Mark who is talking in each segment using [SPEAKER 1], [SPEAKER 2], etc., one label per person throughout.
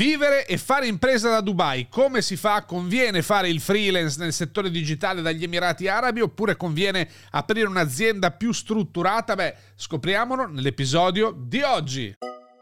[SPEAKER 1] Vivere e fare impresa da Dubai, come si fa? Conviene fare il freelance nel settore digitale dagli Emirati Arabi oppure conviene aprire un'azienda più strutturata? Beh, scopriamolo nell'episodio di oggi.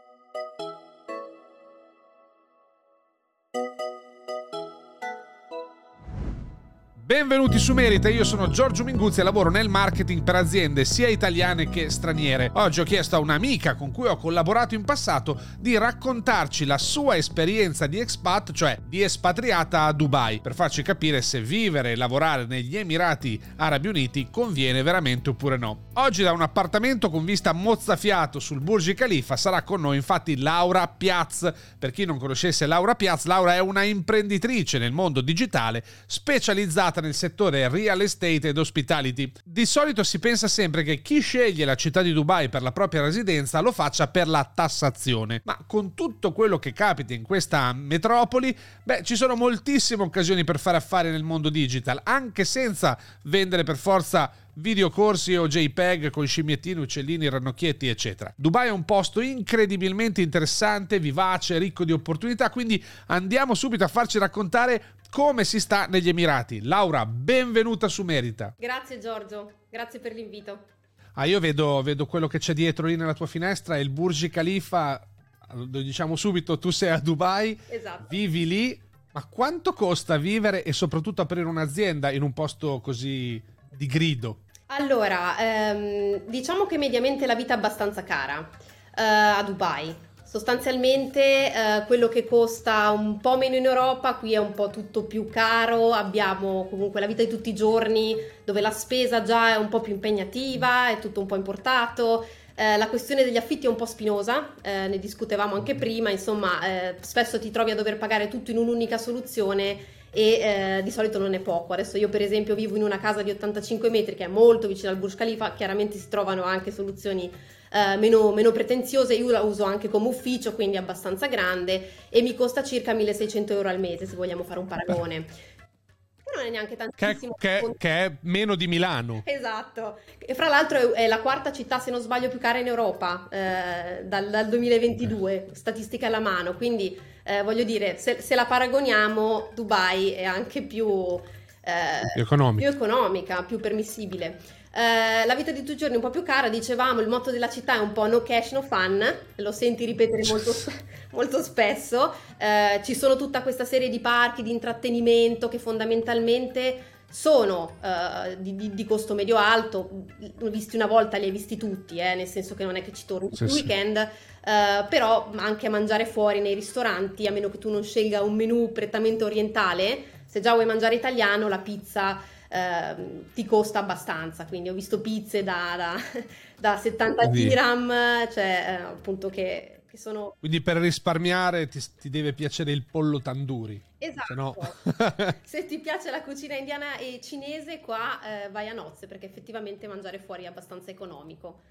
[SPEAKER 1] Benvenuti su Merita, io sono Giorgio Minguzzi e lavoro nel marketing per aziende sia italiane che straniere. Oggi ho chiesto a un'amica con cui ho collaborato in passato di raccontarci la sua esperienza di expat, cioè di espatriata a Dubai, per farci capire se vivere e lavorare negli Emirati Arabi Uniti conviene veramente oppure no. Oggi da un appartamento con vista mozzafiato sul Burj Khalifa sarà con noi infatti Laura Piaz. Per chi non conoscesse Laura Piaz, Laura è una imprenditrice nel mondo digitale specializzata nel settore real estate ed hospitality. Di solito si pensa sempre che chi sceglie la città di Dubai per la propria residenza lo faccia per la tassazione, ma con tutto quello che capita in questa metropoli, ci sono moltissime occasioni per fare affari nel mondo digital, anche senza vendere per forza videocorsi o JPEG con scimmiettini, uccellini, ranocchietti, eccetera. Dubai è un posto incredibilmente interessante, vivace, ricco di opportunità, quindi andiamo subito a farci raccontare come si sta negli Emirati. Laura, benvenuta su Merita.
[SPEAKER 2] Grazie Giorgio, grazie per l'invito.
[SPEAKER 1] Io vedo quello che c'è dietro lì nella tua finestra, è il Burj Khalifa. Lo diciamo subito, tu sei a Dubai,
[SPEAKER 2] esatto.
[SPEAKER 1] Vivi lì, ma quanto costa vivere e soprattutto aprire un'azienda in un posto così di grido?
[SPEAKER 2] Allora, diciamo che mediamente la vita è abbastanza cara a Dubai. Sostanzialmente quello che costa un po' meno in Europa, qui è un po' tutto più caro, abbiamo comunque la vita di tutti i giorni dove la spesa già è un po' più impegnativa, è tutto un po' importato, la questione degli affitti è un po' spinosa, ne discutevamo anche prima, insomma spesso ti trovi a dover pagare tutto in un'unica soluzione e di solito non è poco. Adesso io per esempio vivo in una casa di 85 metri che è molto vicina al Burj Khalifa, chiaramente si trovano anche soluzioni meno pretenziose, io la uso anche come ufficio, quindi abbastanza grande e mi costa circa 1.600 euro al mese, se vogliamo fare un paragone. Non è neanche tantissimo.
[SPEAKER 1] Che è meno di Milano.
[SPEAKER 2] Esatto. E fra l'altro è la quarta città, se non sbaglio, più cara in Europa dal 2022, statistiche alla mano, quindi voglio dire, se la paragoniamo, Dubai è anche più economica, più permissibile. La vita di tutti i giorni è un po' più cara, dicevamo, il motto della città è un po' no cash no fun, lo senti ripetere molto spesso. Ci sono tutta questa serie di parchi di intrattenimento che fondamentalmente sono di costo medio alto, visti una volta li hai visti tutti, nel senso che non è che ci torni sul weekend, però anche a mangiare fuori nei ristoranti, a meno che tu non scelga un menù prettamente orientale, se già vuoi mangiare italiano la pizza ti costa abbastanza, quindi ho visto pizze da 70 dirham, cioè appunto che sono...
[SPEAKER 1] Quindi per risparmiare ti deve piacere il pollo tandoori.
[SPEAKER 2] Esatto, se ti piace la cucina indiana e cinese qua vai a nozze, perché effettivamente mangiare fuori è abbastanza economico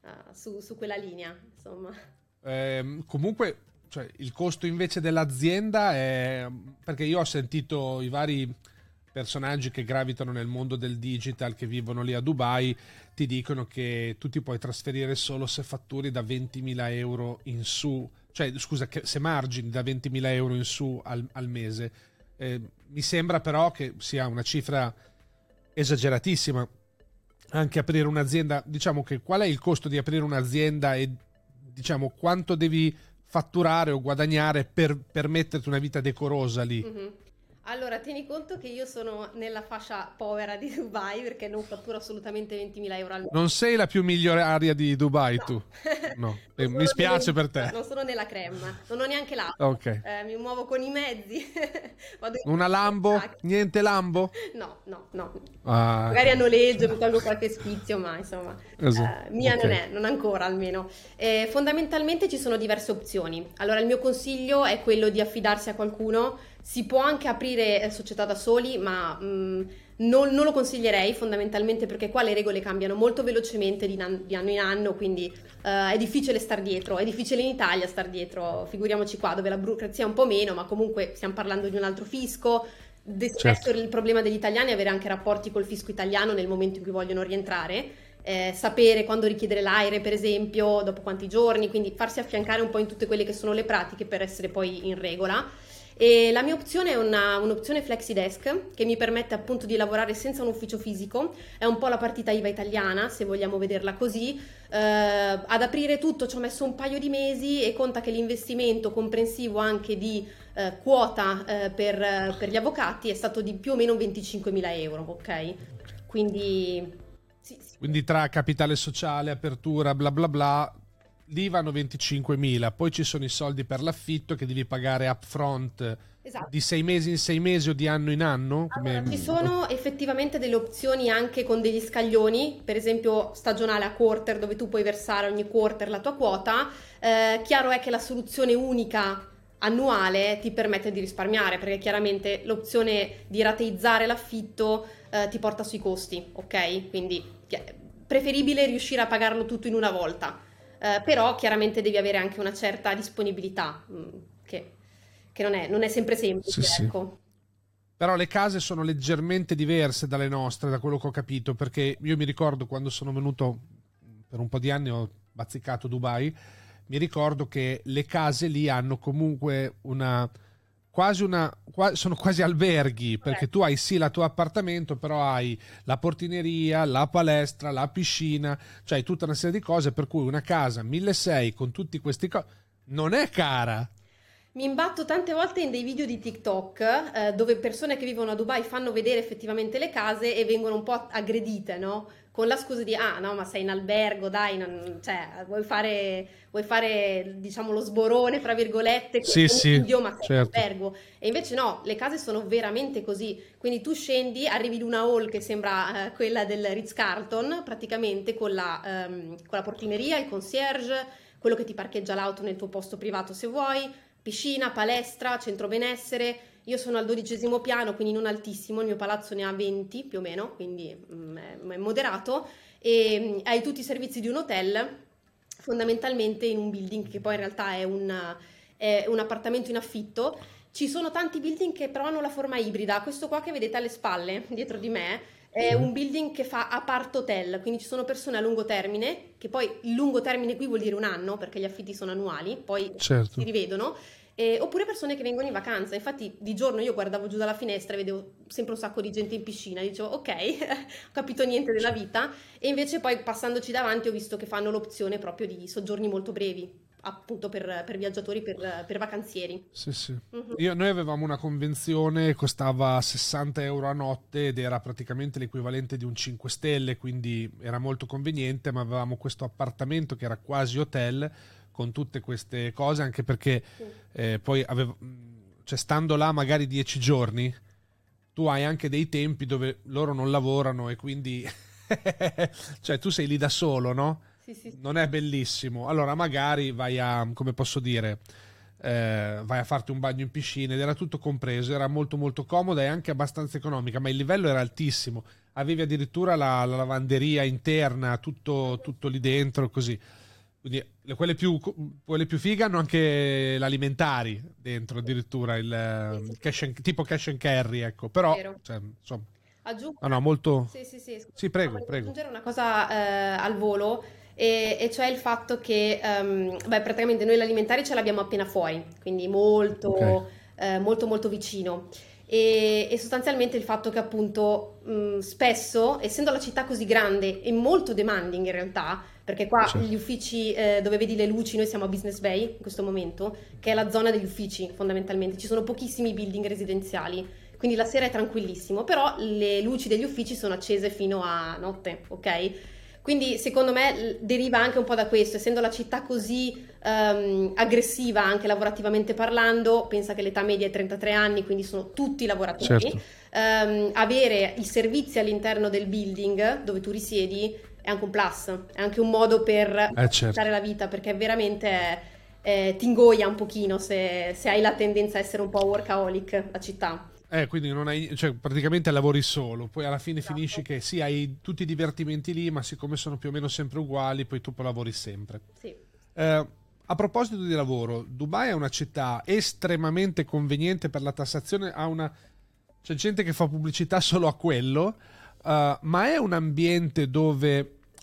[SPEAKER 2] su quella linea, insomma.
[SPEAKER 1] Comunque, cioè, il costo invece dell'azienda è... perché io ho sentito i vari personaggi che gravitano nel mondo del digital, che vivono lì a Dubai, ti dicono che tu ti puoi trasferire solo se fatturi da 20.000 euro in su, cioè scusa, se margini da 20.000 euro in su al mese. Mi sembra però che sia una cifra esageratissima anche aprire un'azienda. Diciamo che qual è il costo di aprire un'azienda e diciamo quanto devi fatturare o guadagnare per metterti una vita decorosa lì?
[SPEAKER 2] Mm-hmm. Allora, tieni conto che io sono nella fascia povera di Dubai perché non fatturo assolutamente 20.000 euro al mese.
[SPEAKER 1] Non sei la più milionaria di Dubai, no. Tu? No, mi spiace per te.
[SPEAKER 2] Non sono nella crema, non ho neanche l'auto.
[SPEAKER 1] Okay.
[SPEAKER 2] Mi muovo con i mezzi.
[SPEAKER 1] Una Lambo? Niente Lambo?
[SPEAKER 2] No. Magari a noleggio, mi tolgo qualche spizio, ma insomma, mia okay. non ancora almeno. Fondamentalmente ci sono diverse opzioni. Allora, il mio consiglio è quello di affidarsi a qualcuno. Si può anche aprire società da soli, ma non lo consiglierei fondamentalmente perché qua le regole cambiano molto velocemente di anno in anno, quindi è difficile star dietro, è difficile in Italia star dietro, figuriamoci qua dove la burocrazia è un po' meno, ma comunque stiamo parlando di un altro fisco. Spesso il problema degli italiani è avere anche rapporti col fisco italiano nel momento in cui vogliono rientrare, sapere quando richiedere l'aire, per esempio, dopo quanti giorni, quindi farsi affiancare un po' in tutte quelle che sono le pratiche per essere poi in regola. E la mia opzione è un'opzione FlexiDesk che mi permette appunto di lavorare senza un ufficio fisico, è un po' la partita IVA italiana, se vogliamo vederla così. Ad aprire tutto ci ho messo un paio di mesi e conta che l'investimento comprensivo anche di quota per gli avvocati è stato di più o meno 25.000 euro, ok? Quindi, sì, sì.
[SPEAKER 1] Quindi tra capitale sociale, apertura, bla bla bla, lì vanno 25.000, poi ci sono i soldi per l'affitto che devi pagare upfront
[SPEAKER 2] Esatto.
[SPEAKER 1] di 6 mesi in 6 mesi o di anno in anno?
[SPEAKER 2] Allora, ci sono effettivamente delle opzioni anche con degli scaglioni, per esempio stagionale a quarter, dove tu puoi versare ogni quarter la tua quota. Chiaro è che la soluzione unica annuale ti permette di risparmiare, perché chiaramente l'opzione di rateizzare l'affitto ti porta sui costi, ok? Quindi preferibile riuscire a pagarlo tutto in una volta. Però chiaramente devi avere anche una certa disponibilità, che non è sempre semplice,
[SPEAKER 1] Sì, sì.
[SPEAKER 2] ecco.
[SPEAKER 1] Però le case sono leggermente diverse dalle nostre, da quello che ho capito, perché io mi ricordo quando sono venuto per un po' di anni, ho bazzicato Dubai, mi ricordo che le case lì hanno comunque sono quasi alberghi, perché tu hai sì il tuo appartamento, però hai la portineria, la palestra, la piscina, cioè hai tutta una serie di cose, per cui una casa 1.600 con tutti questi non è cara.
[SPEAKER 2] Mi imbatto tante volte in dei video di TikTok dove persone che vivono a Dubai fanno vedere effettivamente le case e vengono un po' aggredite, no? Con la scusa di, ah no, ma sei in albergo, dai, cioè, vuoi fare, diciamo, lo sborone, fra virgolette, con
[SPEAKER 1] Sì,
[SPEAKER 2] un
[SPEAKER 1] sì,
[SPEAKER 2] indio, ma sei in
[SPEAKER 1] certo.
[SPEAKER 2] albergo. E invece no, le case sono veramente così. Quindi tu scendi, arrivi in una hall che sembra quella del Ritz-Carlton, praticamente con la portineria, il concierge, quello che ti parcheggia l'auto nel tuo posto privato se vuoi, piscina, palestra, centro benessere. Io sono al 12° piano, quindi non altissimo, il mio palazzo ne ha 20 più o meno, quindi è moderato, e hai tutti i servizi di un hotel, fondamentalmente in un building che poi in realtà è un appartamento in affitto. Ci sono tanti building che però hanno la forma ibrida. Questo qua che vedete alle spalle, dietro di me, è
[SPEAKER 1] Sì,
[SPEAKER 2] un building che fa apart hotel, quindi ci sono persone a lungo termine, che poi il lungo termine qui vuol dire un anno, perché gli affitti sono annuali, poi si
[SPEAKER 1] certo.
[SPEAKER 2] rivedono, oppure persone che vengono in vacanza. Infatti di giorno io guardavo giù dalla finestra e vedevo sempre un sacco di gente in piscina, dicevo ok, ho capito niente della vita, e invece poi passandoci davanti ho visto che fanno l'opzione proprio di soggiorni molto brevi, appunto per viaggiatori, per vacanzieri.
[SPEAKER 1] Sì, sì.
[SPEAKER 2] Mhm.
[SPEAKER 1] Noi avevamo una convenzione, costava 60 euro a notte ed era praticamente l'equivalente di un 5 stelle, quindi era molto conveniente, ma avevamo questo appartamento che era quasi hotel con tutte queste cose, anche perché
[SPEAKER 2] Sì.
[SPEAKER 1] poi cioè, stando là magari 10 giorni, tu hai anche dei tempi dove loro non lavorano e quindi cioè tu sei lì da solo, no?
[SPEAKER 2] Sì, sì,
[SPEAKER 1] Non
[SPEAKER 2] sì.
[SPEAKER 1] è bellissimo. Allora magari vai a, come posso dire, vai a farti un bagno in piscina ed era tutto compreso, era molto molto comoda e anche abbastanza economica, ma il livello era altissimo. Avevi addirittura la lavanderia interna, tutto lì dentro, così. Quindi quelle più fighe hanno anche l'alimentari dentro, addirittura
[SPEAKER 2] Sì, sì,
[SPEAKER 1] il
[SPEAKER 2] sì,
[SPEAKER 1] tipo cash and carry, ecco. Però,
[SPEAKER 2] vero.
[SPEAKER 1] cioè, insomma,
[SPEAKER 2] Aggiungo
[SPEAKER 1] no, no, molto...
[SPEAKER 2] sì, sì, sì, scusa,
[SPEAKER 1] Sì,
[SPEAKER 2] no,
[SPEAKER 1] prego,
[SPEAKER 2] volevo
[SPEAKER 1] prego.
[SPEAKER 2] aggiungere una cosa al volo, e cioè il fatto che, beh, praticamente noi l'alimentare ce l'abbiamo appena fuori, quindi
[SPEAKER 1] Ok,
[SPEAKER 2] molto, molto vicino. E sostanzialmente il fatto che appunto spesso, essendo la città così grande e molto demanding in realtà, perché qua
[SPEAKER 1] certo.
[SPEAKER 2] gli uffici dove vedi le luci, noi siamo a Business Bay in questo momento, che è la zona degli uffici fondamentalmente, ci sono pochissimi building residenziali, quindi la sera è tranquillissimo, però le luci degli uffici sono accese fino a notte, ok? Quindi secondo me deriva anche un po' da questo, essendo la città così aggressiva anche lavorativamente parlando, pensa che l'età media è 33 anni, quindi sono tutti lavoratori.
[SPEAKER 1] Certo.
[SPEAKER 2] Avere i servizi all'interno del building dove tu risiedi è anche un plus, è anche un modo per
[SPEAKER 1] Certo.
[SPEAKER 2] facilitare la vita, perché veramente ti ingoia un pochino se hai la tendenza a essere un po' workaholic la città.
[SPEAKER 1] Quindi non hai, cioè, praticamente lavori solo, poi alla fine finisci
[SPEAKER 2] Esatto,
[SPEAKER 1] che sì, hai tutti i divertimenti lì, ma siccome sono più o meno sempre uguali, poi tu lavori sempre.
[SPEAKER 2] sì.
[SPEAKER 1] A proposito di lavoro, Dubai è una città estremamente conveniente per la tassazione, c'è gente che fa pubblicità solo a quello, ma è un ambiente dove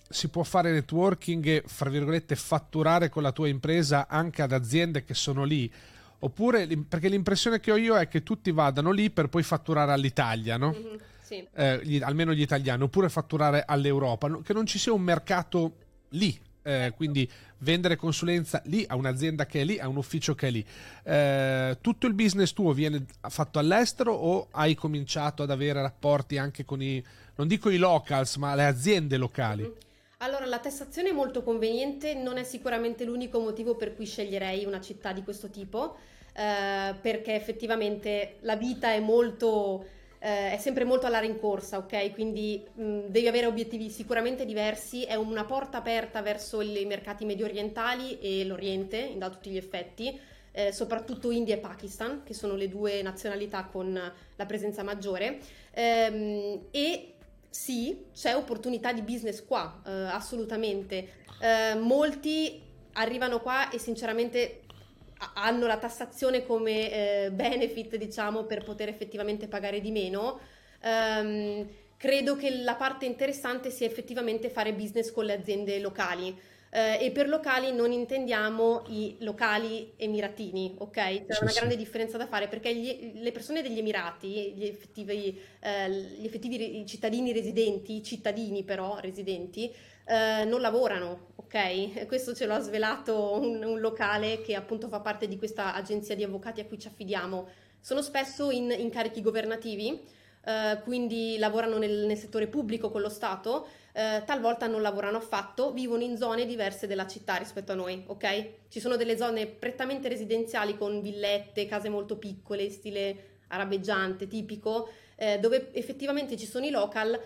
[SPEAKER 1] si può fare networking e, fra virgolette, fatturare con la tua impresa anche ad aziende che sono lì? Oppure, perché l'impressione che ho io è che tutti vadano lì per poi fatturare all'Italia, no?
[SPEAKER 2] Mhm, sì.
[SPEAKER 1] Almeno gli italiani, oppure fatturare all'Europa, che non ci sia un mercato lì. Quindi vendere consulenza lì a un'azienda che è lì, a un ufficio che è lì. Tutto il business tuo viene fatto all'estero o hai cominciato ad avere rapporti anche con non dico i locals, ma le aziende locali?
[SPEAKER 2] Mhm. Allora, la tassazione è molto conveniente, non è sicuramente l'unico motivo per cui sceglierei una città di questo tipo, perché effettivamente la vita è molto, è sempre molto alla rincorsa, ok? Quindi devi avere obiettivi sicuramente diversi, è una porta aperta verso i mercati medio orientali e l'Oriente, da tutti gli effetti, soprattutto India e Pakistan, che sono le due nazionalità con la presenza maggiore. E sì, c'è opportunità di business qua, assolutamente. Molti arrivano qua e sinceramente hanno la tassazione come benefit, diciamo, per poter effettivamente pagare di meno. Credo che la parte interessante sia effettivamente fare business con le aziende locali. E per locali non intendiamo i locali emiratini, ok? C'è
[SPEAKER 1] Sì,
[SPEAKER 2] una
[SPEAKER 1] sì.
[SPEAKER 2] grande differenza da fare perché le persone degli Emirati, gli effettivi cittadini residenti, cittadini però residenti, non lavorano, ok? Questo ce lo ha svelato un locale che appunto fa parte di questa agenzia di avvocati a cui ci affidiamo. Sono spesso in incarichi governativi, quindi lavorano nel settore pubblico con lo Stato, talvolta non lavorano affatto, vivono in zone diverse della città rispetto a noi, ok? Ci sono delle zone prettamente residenziali con villette, case molto piccole, stile arabeggiante, tipico, dove effettivamente ci sono i local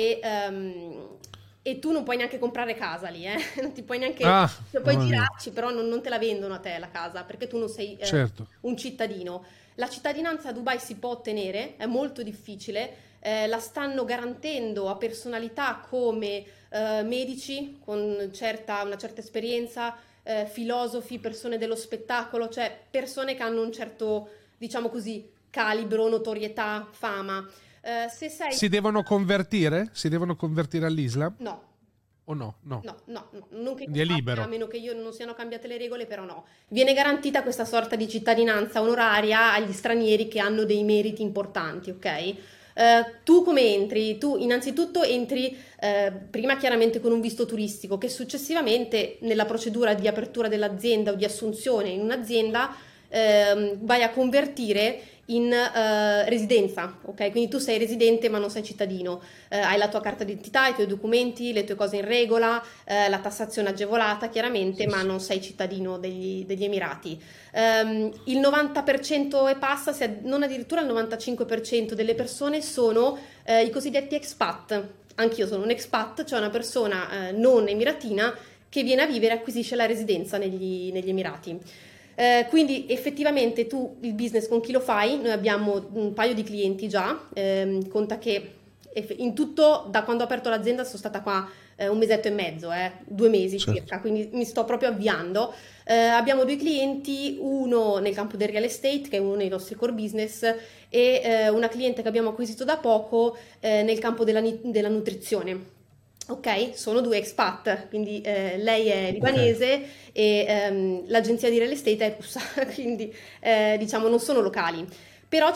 [SPEAKER 2] e tu non puoi neanche comprare casa lì, non ti puoi neanche,
[SPEAKER 1] Ah,
[SPEAKER 2] cioè, puoi
[SPEAKER 1] mamma mia.
[SPEAKER 2] girarci, però non te la vendono a te la casa perché tu non sei
[SPEAKER 1] Certo.
[SPEAKER 2] un cittadino. La cittadinanza a Dubai si può ottenere, è molto difficile, la stanno garantendo a personalità come medici con una certa esperienza, filosofi, persone dello spettacolo, cioè persone che hanno un certo, diciamo così, calibro, notorietà, fama. Se sei...
[SPEAKER 1] Si devono convertire? Si devono convertire all'Islam?
[SPEAKER 2] No.
[SPEAKER 1] O no? No.
[SPEAKER 2] No, non che io
[SPEAKER 1] Quindi è
[SPEAKER 2] sappia, a
[SPEAKER 1] libero.
[SPEAKER 2] meno che io non siano cambiate le regole, però no. Viene garantita questa sorta di cittadinanza onoraria agli stranieri che hanno dei meriti importanti, ok? Tu come entri? Tu innanzitutto entri prima chiaramente con un visto turistico che successivamente nella procedura di apertura dell'azienda o di assunzione in un'azienda vai a convertire in residenza, ok? Quindi tu sei residente ma non sei cittadino, hai la tua carta d'identità, i tuoi documenti, le tue cose in regola, la tassazione agevolata chiaramente,
[SPEAKER 1] Sì,
[SPEAKER 2] ma
[SPEAKER 1] sì.
[SPEAKER 2] non sei cittadino degli Emirati. Il 90% e passa, non addirittura il 95% delle persone sono i cosiddetti expat. Anch'io sono un expat, cioè una persona non emiratina che viene a vivere e acquisisce la residenza negli Emirati. Quindi effettivamente tu il business con chi lo fai? Noi abbiamo un paio di clienti già, conta che in tutto da quando ho aperto l'azienda sono stata qua un mesetto e mezzo, 2 mesi
[SPEAKER 1] Certo.
[SPEAKER 2] circa, quindi mi sto proprio avviando. Abbiamo due clienti, uno nel campo del real estate, che è uno dei nostri core business, e una cliente che abbiamo acquisito da poco nel campo della nutrizione. Ok, sono due expat, quindi lei è
[SPEAKER 1] Ok.
[SPEAKER 2] libanese e l'agenzia di real estate è russa, quindi diciamo non sono locali. Però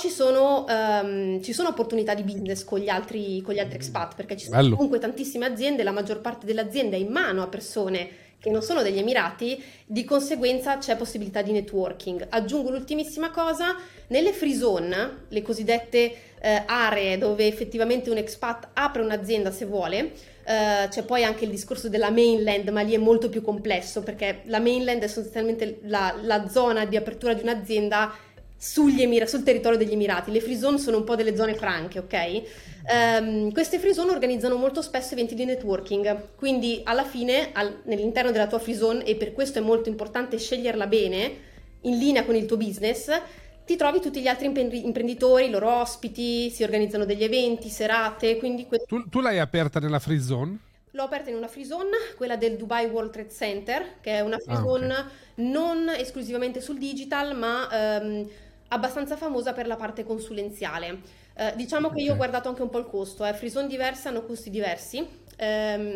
[SPEAKER 2] ci sono opportunità di business con gli altri expat, perché ci sono
[SPEAKER 1] Bello.
[SPEAKER 2] comunque tantissime aziende, la maggior parte delle aziende è in mano a persone che non sono degli Emirati, di conseguenza c'è possibilità di networking. Aggiungo l'ultimissima cosa, nelle free zone, le cosiddette aree dove effettivamente un expat apre un'azienda se vuole, c'è poi anche il discorso della mainland, ma lì è molto più complesso perché la mainland è sostanzialmente la zona di apertura di un'azienda sul territorio degli Emirati. Le free zone sono un po' delle zone franche, ok? Queste free zone organizzano molto spesso eventi di networking, quindi alla fine nell'interno della tua free zone, e per questo è molto importante sceglierla bene, in linea con il tuo business, ti trovi tutti gli altri imprenditori, i loro ospiti, si organizzano degli eventi, serate, quindi
[SPEAKER 1] Tu l'hai aperta nella free zone?
[SPEAKER 2] l'ho aperta in una free zone, quella del Dubai World Trade Center, che è una free
[SPEAKER 1] Ah, ok.
[SPEAKER 2] zone non esclusivamente sul digital, ma abbastanza famosa per la parte consulenziale. Diciamo che io ho
[SPEAKER 1] Ok.
[SPEAKER 2] guardato anche un po' il costo, free zone diverse hanno costi diversi. Ehm,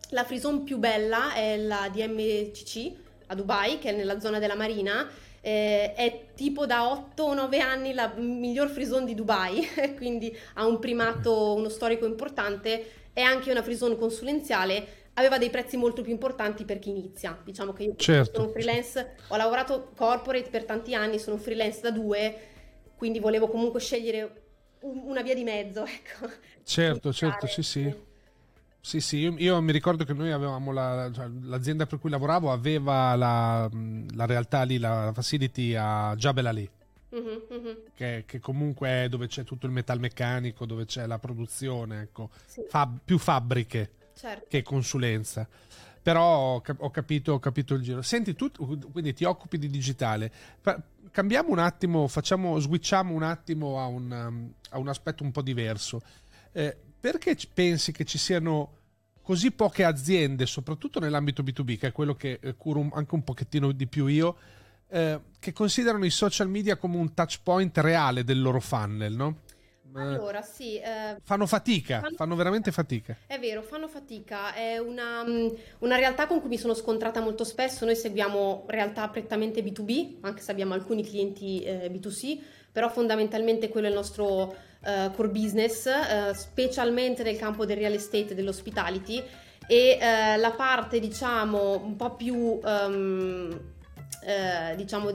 [SPEAKER 2] La free più bella è la di MCC a Dubai, che è nella zona della Marina. È tipo da 8 o 9 anni la miglior free di Dubai, quindi ha un primato, uno storico importante. È anche una free consulenziale, aveva dei prezzi molto più importanti per chi inizia. Diciamo che io sono un freelance, ho lavorato corporate per tanti anni, sono un freelance da 2, quindi volevo comunque scegliere una via di mezzo, ecco.
[SPEAKER 1] Certo, sì, sì. Sì, sì, io mi ricordo che noi avevamo cioè, l'azienda per cui lavoravo aveva la realtà lì, la facility a Jebel Ali, che comunque è dove c'è tutto il metalmeccanico, dove c'è la produzione, ecco,
[SPEAKER 2] Sì.
[SPEAKER 1] più fabbriche
[SPEAKER 2] Certo.
[SPEAKER 1] che consulenza. Però ho capito il giro. Senti, tu quindi ti occupi di digitale. Cambiamo un attimo, switchiamo un attimo a un aspetto un po' diverso. Perché pensi che ci siano così poche aziende, soprattutto nell'ambito B2B, che è quello che curo anche un pochettino di più io, che considerano i social media come un touch point reale del loro funnel, no?
[SPEAKER 2] Allora, sì.
[SPEAKER 1] Fanno fatica, fanno veramente fatica.
[SPEAKER 2] È vero, fanno fatica. È una realtà con cui mi sono scontrata molto spesso. Noi seguiamo realtà prettamente B2B, anche se abbiamo alcuni clienti B2C, però fondamentalmente quello è il nostro core business, specialmente nel campo del real estate e dell'hospitality, e la parte, diciamo, un po' più, diciamo,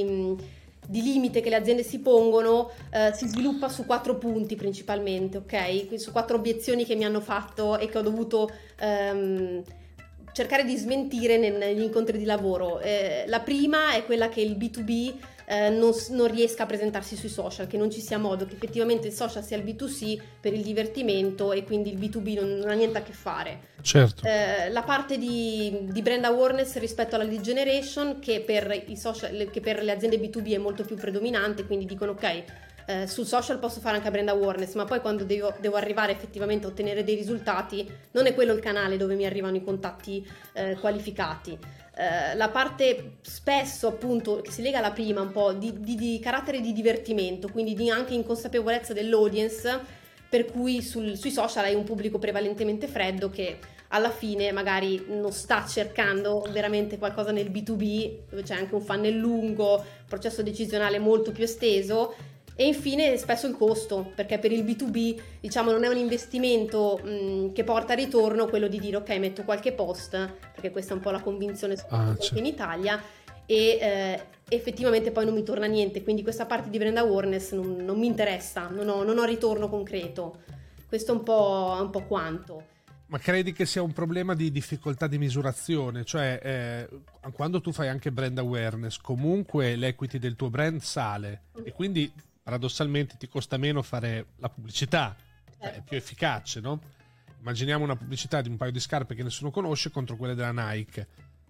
[SPEAKER 2] di limite che le aziende si pongono, si sviluppa su 4 punti principalmente, ok? Quindi su 4 obiezioni che mi hanno fatto e che ho dovuto cercare di smentire negli incontri di lavoro. La prima è quella che il B2B non riesca a presentarsi sui social, che non ci sia modo, che effettivamente il social sia il B2C per il divertimento e quindi il B2B non ha niente a che fare.
[SPEAKER 1] Certo.
[SPEAKER 2] La parte di brand awareness rispetto alla lead generation, che per i social, che per le aziende B2B è molto più predominante, quindi dicono ok, sul social posso fare anche brand awareness, ma poi quando devo arrivare effettivamente a ottenere dei risultati non è quello il canale dove mi arrivano i contatti qualificati. La parte spesso appunto che si lega alla prima, un po' di carattere di divertimento, quindi di anche inconsapevolezza dell'audience, per cui sui social hai un pubblico prevalentemente freddo che alla fine magari non sta cercando veramente qualcosa nel B2B, dove c'è anche un funnel lungo, processo decisionale molto più esteso. E infine spesso il costo, perché per il B2B, diciamo, non è un investimento che porta a ritorno quello di dire ok, metto qualche post, perché questa è un po' la convinzione anche in Italia, e effettivamente poi non mi torna niente, quindi questa parte di brand awareness non mi interessa, non ho ritorno concreto. Questo è un po' quanto.
[SPEAKER 1] Ma credi che sia un problema di difficoltà di misurazione? Cioè, quando tu fai anche brand awareness, comunque l'equity del tuo brand sale e quindi paradossalmente ti costa meno fare la pubblicità, è più efficace, no? Immaginiamo una pubblicità di un paio di scarpe che nessuno conosce contro quelle della Nike.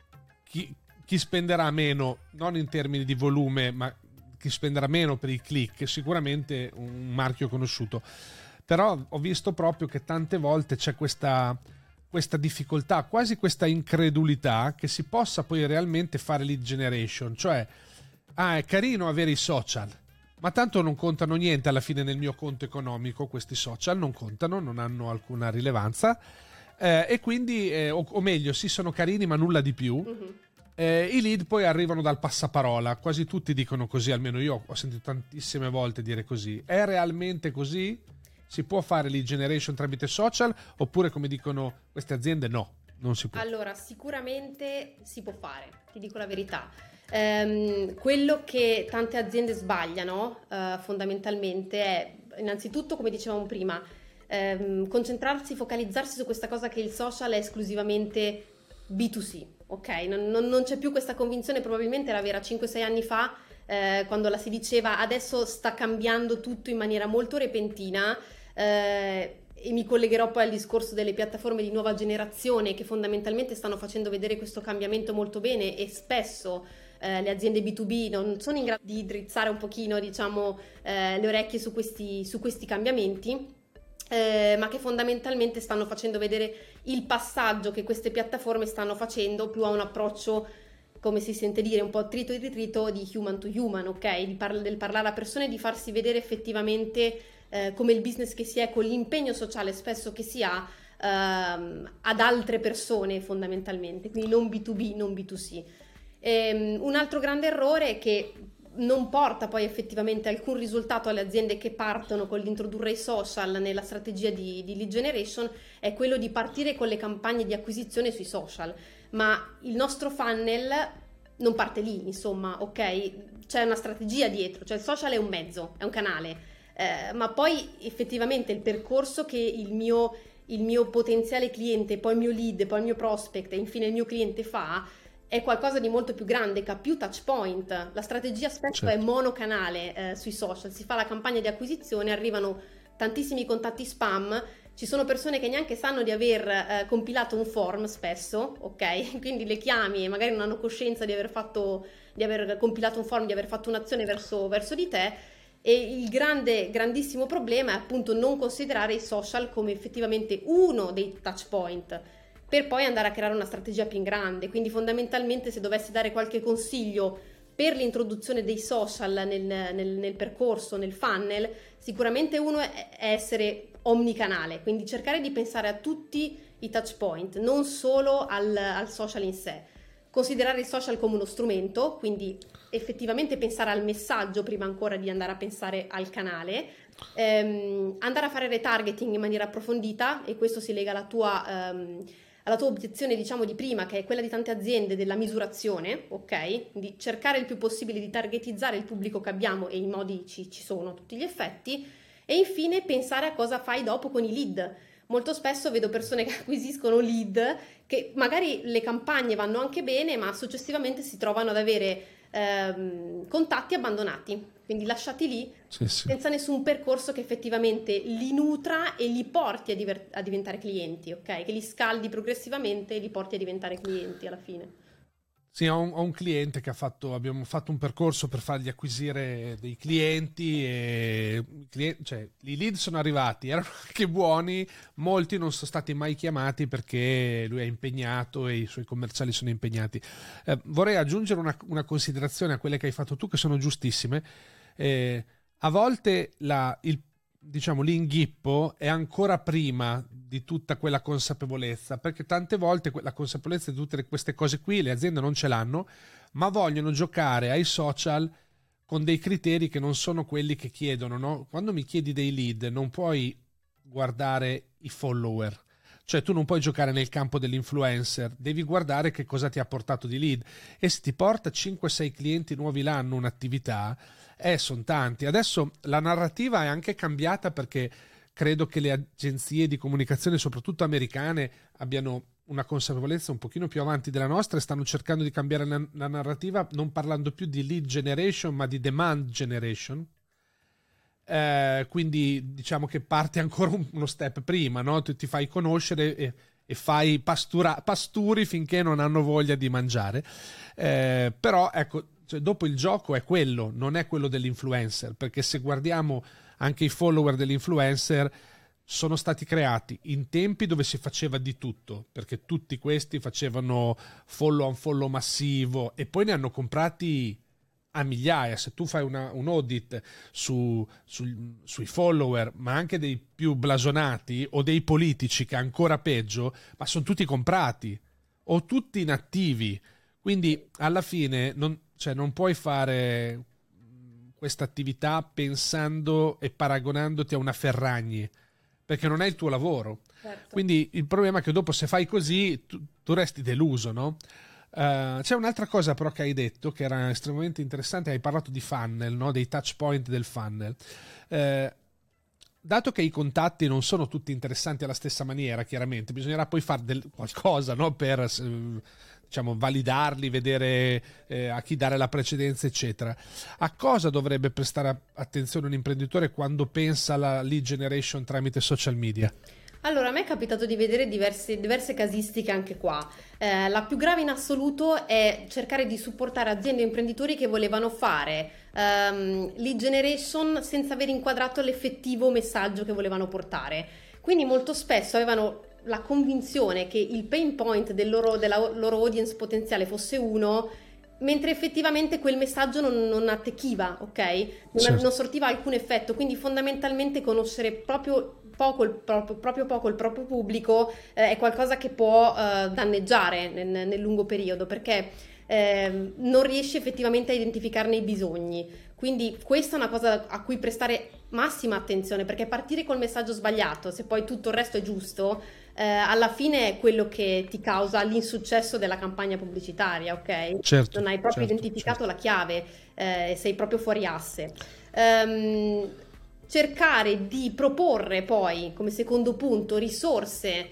[SPEAKER 1] Chi spenderà meno, non in termini di volume, ma chi spenderà meno per i click, sicuramente un marchio conosciuto. Però ho visto proprio che tante volte c'è questa difficoltà, quasi questa incredulità che si possa poi realmente fare lead generation, cioè è carino avere i social, ma tanto non contano niente alla fine nel mio conto economico, questi social non contano, non hanno alcuna rilevanza, e quindi, o meglio, sì, sono carini ma nulla di più. I lead poi arrivano dal passaparola, quasi tutti dicono così, almeno io ho sentito tantissime volte dire così. È realmente così? Si può fare lead generation tramite social oppure, come dicono queste aziende, no, non si può?
[SPEAKER 2] Allora, sicuramente si può fare, ti dico la verità. Quello che tante aziende sbagliano fondamentalmente è innanzitutto, come dicevamo prima, concentrarsi, focalizzarsi su questa cosa che il social è esclusivamente B2C, ok? Non c'è più questa convinzione, probabilmente era vera 5-6 anni fa, quando la si diceva adesso sta cambiando tutto in maniera molto repentina, e mi collegherò poi al discorso delle piattaforme di nuova generazione che fondamentalmente stanno facendo vedere questo cambiamento molto bene, e spesso le aziende B2B non sono in grado di drizzare un pochino, diciamo, le orecchie su questi cambiamenti, ma che fondamentalmente stanno facendo vedere il passaggio che queste piattaforme stanno facendo più a un approccio, come si sente dire, un po' trito di ritrito, di human to human, ok? Del parlare a persone, di farsi vedere effettivamente come il business che si è, con l'impegno sociale spesso che si ha, ad altre persone fondamentalmente, quindi non B2B, non B2C. Un altro grande errore che non porta poi effettivamente alcun risultato alle aziende che partono con l'introdurre i social nella strategia di lead generation è quello di partire con le campagne di acquisizione sui social, ma il nostro funnel non parte lì, insomma, ok? C'è una strategia dietro, cioè il social è un mezzo, è un canale, ma poi effettivamente il percorso che il mio potenziale cliente, poi il mio lead, poi il mio prospect e infine il mio cliente fa è qualcosa di molto più grande, che ha più touch point. La strategia spesso è monocanale sui social, si fa la campagna di acquisizione, arrivano tantissimi contatti spam, ci sono persone che neanche sanno di aver compilato un form spesso, ok? Quindi le chiami e magari non hanno coscienza di aver compilato un form, di aver fatto un'azione verso di te. E il grandissimo problema è appunto non considerare i social come effettivamente uno dei touch point, per poi andare a creare una strategia più in grande. Quindi fondamentalmente, se dovessi dare qualche consiglio per l'introduzione dei social nel percorso, nel funnel, sicuramente uno è essere omnicanale, quindi cercare di pensare a tutti i touch point, non solo al social in sé. Considerare il social come uno strumento, quindi effettivamente pensare al messaggio prima ancora di andare a pensare al canale, andare a fare retargeting in maniera approfondita, e questo si lega alla tua obiezione, diciamo, di prima, che è quella di tante aziende della misurazione, ok? Di cercare il più possibile di targetizzare il pubblico che abbiamo, e i modi ci sono a tutti gli effetti. E infine pensare a cosa fai dopo con i lead. Molto spesso vedo persone che acquisiscono lead, che magari le campagne vanno anche bene, ma successivamente si trovano ad avere contatti abbandonati, quindi lasciati lì,
[SPEAKER 1] sì.
[SPEAKER 2] senza nessun percorso che effettivamente li nutra e li porti a diventare clienti, ok? Che li scaldi progressivamente e li porti a diventare clienti alla fine.
[SPEAKER 1] Sì, ho un cliente che abbiamo fatto un percorso per fargli acquisire dei clienti, e cioè, i lead sono arrivati, erano anche buoni, molti non sono stati mai chiamati perché lui è impegnato e i suoi commerciali sono impegnati. Vorrei aggiungere una considerazione a quelle che hai fatto tu, che sono giustissime. A volte l'inghippo è ancora prima di tutta quella consapevolezza, perché tante volte la consapevolezza di tutte queste cose qui le aziende non ce l'hanno, ma vogliono giocare ai social con dei criteri che non sono quelli che chiedono, no? Quando mi chiedi dei lead non puoi guardare i follower, cioè tu non puoi giocare nel campo dell'influencer, devi guardare che cosa ti ha portato di lead, e se ti porta 5-6 clienti nuovi l'anno un'attività, sono tanti. Adesso la narrativa è anche cambiata, perché credo che le agenzie di comunicazione, soprattutto americane, abbiano una consapevolezza un pochino più avanti della nostra e stanno cercando di cambiare la narrativa, non parlando più di lead generation ma di demand generation. Quindi diciamo che parte ancora uno step prima, no? Tu ti fai conoscere e fai pasturi finché non hanno voglia di mangiare. Però ecco, cioè, dopo il gioco è quello, non è quello dell'influencer, perché se guardiamo anche i follower dell'influencer sono stati creati in tempi dove si faceva di tutto, perché tutti questi facevano follow on follow massivo e poi ne hanno comprati a migliaia. Se tu fai un audit sui follower, ma anche dei più blasonati o dei politici, che è ancora peggio, ma sono tutti comprati o tutti inattivi. Quindi alla fine non puoi fare questa attività pensando e paragonandoti a una Ferragni, perché non è il tuo lavoro.
[SPEAKER 2] Certo.
[SPEAKER 1] Quindi il problema è che dopo, se fai così, tu resti deluso, no? C'è un'altra cosa però che hai detto che era estremamente interessante. Hai parlato di funnel, no? Dei touch point del funnel. Dato che i contatti non sono tutti interessanti alla stessa maniera, chiaramente bisognerà poi fare qualcosa, no? Per validarli, vedere a chi dare la precedenza, eccetera. A cosa dovrebbe prestare attenzione un imprenditore quando pensa alla lead generation tramite social media?
[SPEAKER 2] Allora, a me è capitato di vedere diverse casistiche anche qua. La più grave in assoluto è cercare di supportare aziende e imprenditori che volevano fare lead generation senza aver inquadrato l'effettivo messaggio che volevano portare. Quindi molto spesso avevano la convinzione che il pain point della loro audience potenziale fosse uno, mentre effettivamente quel messaggio non attecchiva, ok? Non sortiva alcun effetto. Quindi fondamentalmente conoscere proprio proprio poco il proprio pubblico, è qualcosa che può danneggiare nel lungo periodo, perché non riesci effettivamente a identificarne i bisogni. Quindi questa è una cosa a cui prestare massima attenzione, perché partire col messaggio sbagliato, se poi tutto il resto è giusto, alla fine è quello che ti causa l'insuccesso della campagna pubblicitaria, ok?
[SPEAKER 1] Certo,
[SPEAKER 2] Non hai proprio
[SPEAKER 1] certo,
[SPEAKER 2] identificato
[SPEAKER 1] certo.
[SPEAKER 2] la chiave, sei proprio fuori asse. Cercare di proporre poi come secondo punto risorse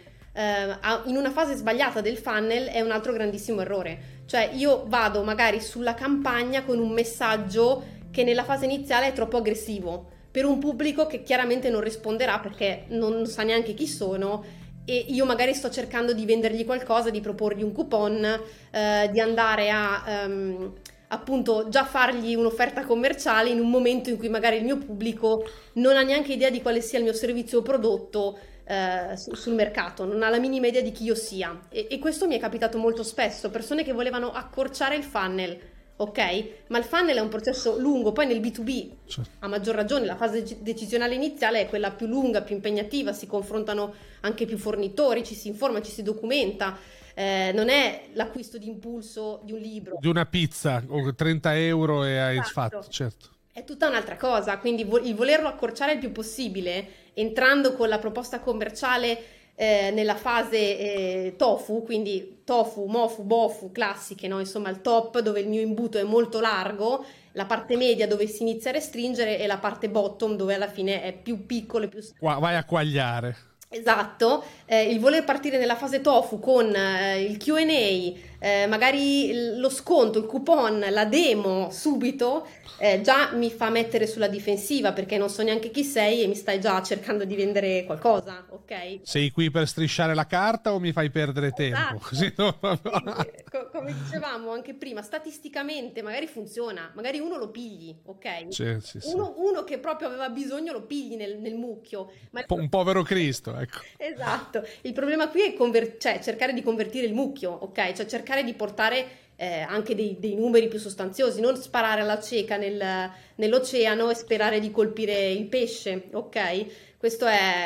[SPEAKER 2] in una fase sbagliata del funnel è un altro grandissimo errore. Cioè io vado magari sulla campagna con un messaggio che nella fase iniziale è troppo aggressivo per un pubblico che chiaramente non risponderà perché non sa neanche chi sono, e io magari sto cercando di vendergli qualcosa, di proporgli un coupon, di andare a appunto già fargli un'offerta commerciale in un momento in cui magari il mio pubblico non ha neanche idea di quale sia il mio servizio o prodotto sul mercato, non ha la minima idea di chi io sia, e questo mi è capitato molto spesso, persone che volevano accorciare il funnel, ok? Ma il funnel è un processo lungo, poi nel B2B
[SPEAKER 1] Certo.
[SPEAKER 2] a maggior ragione la fase decisionale iniziale è quella più lunga, più impegnativa, si confrontano anche più fornitori, ci si informa, ci si documenta, non è l'acquisto di impulso di un libro.
[SPEAKER 1] Di una pizza o 30 euro e hai
[SPEAKER 2] Esatto.
[SPEAKER 1] fatto, certo.
[SPEAKER 2] È tutta un'altra cosa, quindi il volerlo accorciare il più possibile, entrando con la proposta commerciale nella fase tofu, quindi tofu, mofu, bofu, classiche, no? Insomma il top dove il mio imbuto è molto largo, la parte media dove si inizia a restringere e la parte bottom dove alla fine è più piccolo e più...
[SPEAKER 1] Vai a quagliare.
[SPEAKER 2] Esatto, il voler partire nella fase tofu con il Q&A, magari lo sconto, il coupon, la demo subito, già mi fa mettere sulla difensiva perché non so neanche chi sei e mi stai già cercando di vendere qualcosa, ok?
[SPEAKER 1] Sei qui per strisciare la carta o mi fai perdere tempo?
[SPEAKER 2] Esatto.
[SPEAKER 1] Così
[SPEAKER 2] Quindi, come dicevamo anche prima, statisticamente magari funziona, magari uno lo pigli, ok?
[SPEAKER 1] Sì, sì, sì.
[SPEAKER 2] Uno che proprio aveva bisogno lo pigli nel mucchio, ma
[SPEAKER 1] Un povero Cristo, ecco.
[SPEAKER 2] esatto, il problema qui è cioè, cercare di convertire il mucchio, ok? Cioè cercare di portare anche dei numeri più sostanziosi, non sparare alla cieca nell'oceano e sperare di colpire il pesce, ok? Questo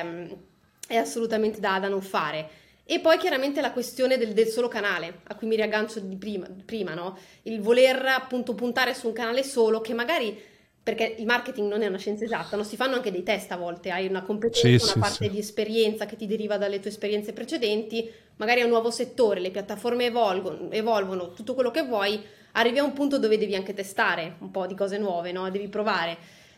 [SPEAKER 2] è assolutamente da non fare. E poi chiaramente la questione del solo canale, a cui mi riaggancio di prima, no? Il voler appunto puntare su un canale solo che magari... Perché il marketing non è una scienza esatta, non si fanno anche dei test a volte, hai una competenza,
[SPEAKER 1] Sì,
[SPEAKER 2] una
[SPEAKER 1] sì,
[SPEAKER 2] parte
[SPEAKER 1] sì.
[SPEAKER 2] di esperienza che ti deriva dalle tue esperienze precedenti, magari è un nuovo settore, le piattaforme evolvono, tutto quello che vuoi, arrivi a un punto dove devi anche testare un po' di cose nuove, no? Devi provare.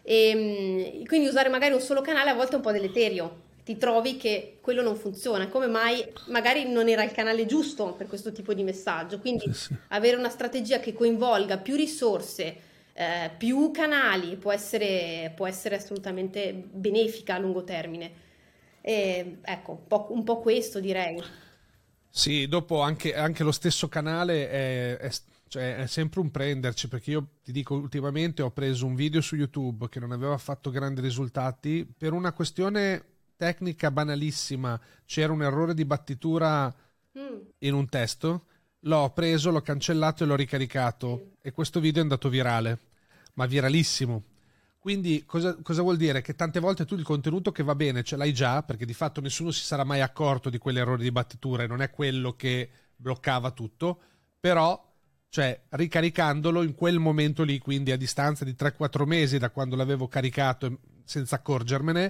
[SPEAKER 2] E quindi usare magari un solo canale a volte è un po' deleterio, ti trovi che quello non funziona, come mai magari non era il canale giusto per questo tipo di messaggio, quindi
[SPEAKER 1] Sì, sì.
[SPEAKER 2] avere una strategia che coinvolga più risorse, più canali può essere assolutamente benefica a lungo termine. E, ecco, un po' questo direi.
[SPEAKER 1] Sì, dopo anche lo stesso canale cioè, è sempre un prenderci, perché io ti dico, ultimamente ho preso un video su YouTube che non aveva fatto grandi risultati per una questione tecnica banalissima, c'era un errore di battitura
[SPEAKER 2] Mm,
[SPEAKER 1] in un testo, l'ho preso, l'ho cancellato e l'ho ricaricato e questo video è andato virale, ma viralissimo. Quindi cosa vuol dire? Che tante volte tu il contenuto che va bene ce l'hai già, perché di fatto nessuno si sarà mai accorto di quell'errore di battitura e non è quello che bloccava tutto, però, cioè, ricaricandolo in quel momento lì, quindi a distanza di 3-4 mesi da quando l'avevo caricato senza accorgermene,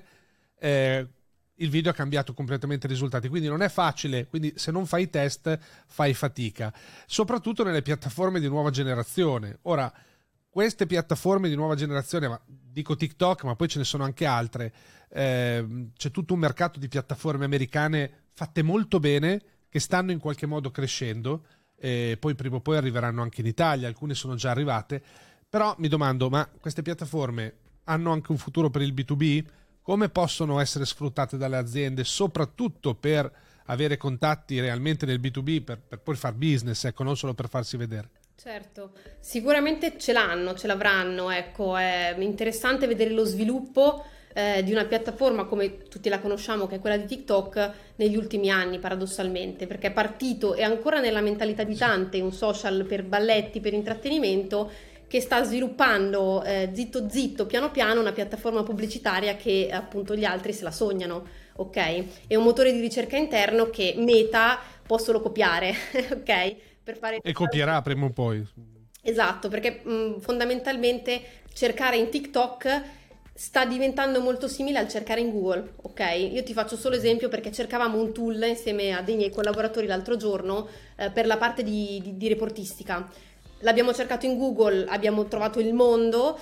[SPEAKER 1] il video ha cambiato completamente i risultati, quindi non è facile, quindi se non fai test fai fatica, soprattutto nelle piattaforme di nuova generazione. Ora, queste piattaforme di nuova generazione, ma dico TikTok, ma poi ce ne sono anche altre, c'è tutto un mercato di piattaforme americane fatte molto bene, che stanno in qualche modo crescendo, e poi prima o poi arriveranno anche in Italia, alcune sono già arrivate, però mi domando, ma queste piattaforme hanno anche un futuro per il B2B? Come possono essere sfruttate dalle aziende, soprattutto per avere contatti realmente nel B2B, per poi far business, ecco, non solo per farsi vedere?
[SPEAKER 2] certo, sicuramente ce l'avranno, ecco, è interessante vedere lo sviluppo di una piattaforma come tutti la conosciamo, che è quella di TikTok, negli ultimi anni, paradossalmente, perché è partito e ancora nella mentalità di tante, un social per balletti, per intrattenimento, che sta sviluppando zitto zitto, piano piano, una piattaforma pubblicitaria che appunto gli altri se la sognano, ok? È un motore di ricerca interno che Meta può solo copiare, ok? Per fare
[SPEAKER 1] E copierà prima o poi.
[SPEAKER 2] Esatto, perché fondamentalmente cercare in TikTok sta diventando molto simile al cercare in Google, ok? Io ti faccio solo esempio perché cercavamo un tool insieme a dei miei collaboratori l'altro giorno per la parte di reportistica. L'abbiamo cercato in Google, abbiamo trovato il mondo,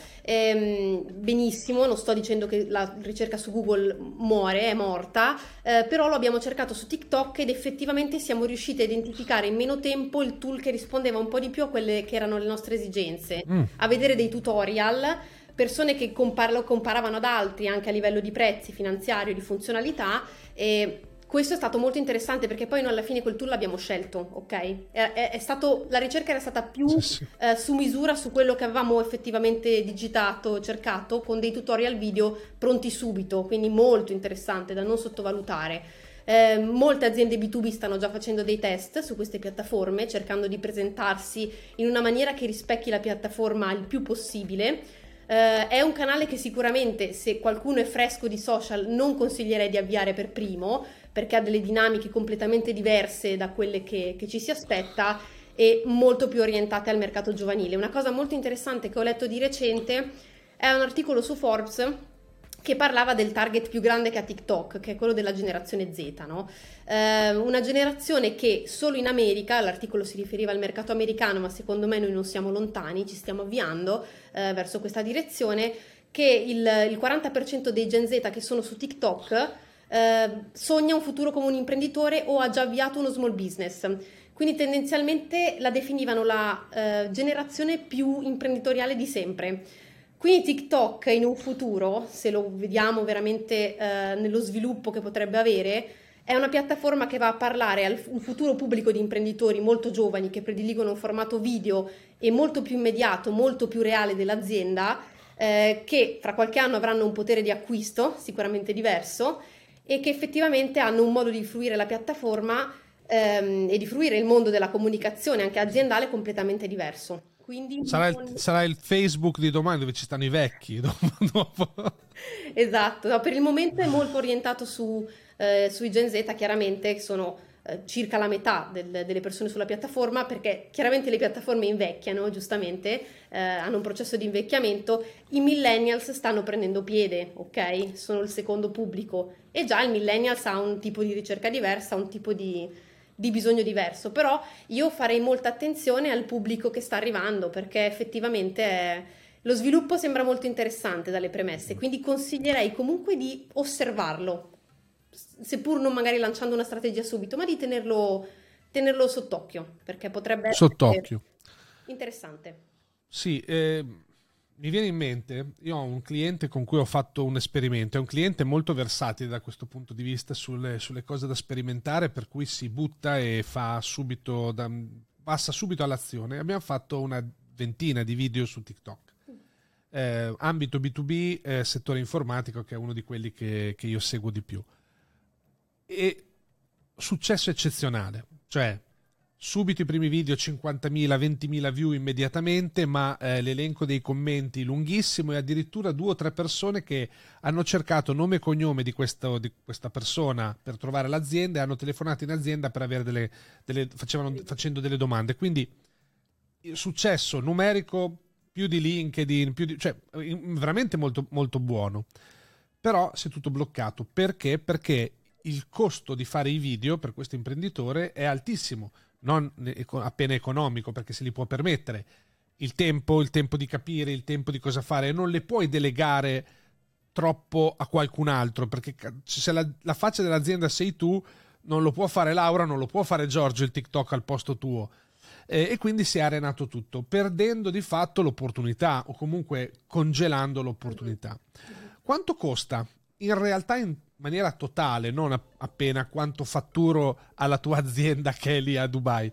[SPEAKER 2] benissimo, non sto dicendo che la ricerca su Google muore, è morta, però lo abbiamo cercato su TikTok ed effettivamente siamo riusciti a identificare in meno tempo il tool che rispondeva un po' di più a quelle che erano le nostre esigenze, a vedere dei tutorial, persone che lo comparavano ad altri anche a livello di prezzi, finanziario, di funzionalità, e questo è stato molto interessante perché poi noi alla fine quel tool l'abbiamo scelto, ok? La ricerca era stata più su misura su quello che avevamo effettivamente digitato, cercato, con dei tutorial video pronti subito, quindi molto interessante da non sottovalutare. Molte aziende B2B stanno già facendo dei test su queste piattaforme, cercando di presentarsi in una maniera che rispecchi la piattaforma il più possibile. È un canale che sicuramente, se qualcuno è fresco di social, non consiglierei di avviare per primo, perché ha delle dinamiche completamente diverse da quelle che ci si aspetta e molto più orientate al mercato giovanile. Una cosa molto interessante che ho letto di recente è un articolo su Forbes che parlava del target più grande che ha TikTok, che è quello della generazione Z, no? Una generazione che solo in America, l'articolo si riferiva al mercato americano, ma secondo me noi non siamo lontani, ci stiamo avviando verso questa direzione, che il 40% dei Gen Z che sono su TikTok sogna un futuro come un imprenditore o ha già avviato uno small business. Quindi tendenzialmente la definivano la generazione più imprenditoriale di sempre. Quindi TikTok in un futuro, se lo vediamo veramente nello sviluppo che potrebbe avere, è una piattaforma che va a parlare al un futuro pubblico di imprenditori molto giovani che prediligono un formato video e molto più immediato, molto più reale dell'azienda, che fra qualche anno avranno un potere di acquisto sicuramente diverso e che effettivamente hanno un modo di fruire la piattaforma e di fruire il mondo della comunicazione anche aziendale completamente diverso. Quindi
[SPEAKER 1] sarà il Facebook di domani dove ci stanno i vecchi dopo.
[SPEAKER 2] Esatto, no, per il momento è molto orientato sui Gen Z, chiaramente che sono circa la metà delle persone sulla piattaforma, perché chiaramente le piattaforme invecchiano, giustamente, hanno un processo di invecchiamento. I millennials stanno prendendo piede, ok? Sono il secondo pubblico e già il millennials ha un tipo di ricerca diversa, un tipo di bisogno diverso, però io farei molta attenzione al pubblico che sta arrivando, perché effettivamente lo sviluppo sembra molto interessante dalle premesse, quindi consiglierei comunque di osservarlo, seppur non magari lanciando una strategia subito, ma di tenerlo sott'occhio, perché potrebbe essere
[SPEAKER 1] Sott'occhio.
[SPEAKER 2] interessante.
[SPEAKER 1] Sì, mi viene in mente, io ho un cliente con cui ho fatto un esperimento, è un cliente molto versatile da questo punto di vista sulle cose da sperimentare, per cui si butta e passa subito all'azione. Abbiamo fatto una ventina di video su TikTok. Ambito B2B, settore informatico, che è uno di quelli che io seguo di più. E successo eccezionale, cioè subito i primi video 50.000, 20.000 view immediatamente, ma l'elenco dei commenti lunghissimo e addirittura 2 o 3 persone che hanno cercato nome e cognome di questa persona per trovare l'azienda e hanno telefonato in azienda per avere facendo delle domande. Quindi successo numerico più di LinkedIn, cioè veramente molto, molto buono. Però si è tutto bloccato. Perché? Perché il costo di fare i video per questo imprenditore è altissimo, non appena economico, perché se li può permettere. Il tempo di capire, il tempo di cosa fare, non le puoi delegare troppo a qualcun altro, perché se la faccia dell'azienda sei tu, non lo può fare Laura, non lo può fare Giorgio il TikTok al posto tuo. E quindi si è arenato tutto, perdendo di fatto l'opportunità o comunque congelando l'opportunità. Quanto costa? In realtà in maniera totale, non appena quanto fatturo alla tua azienda che è lì a Dubai,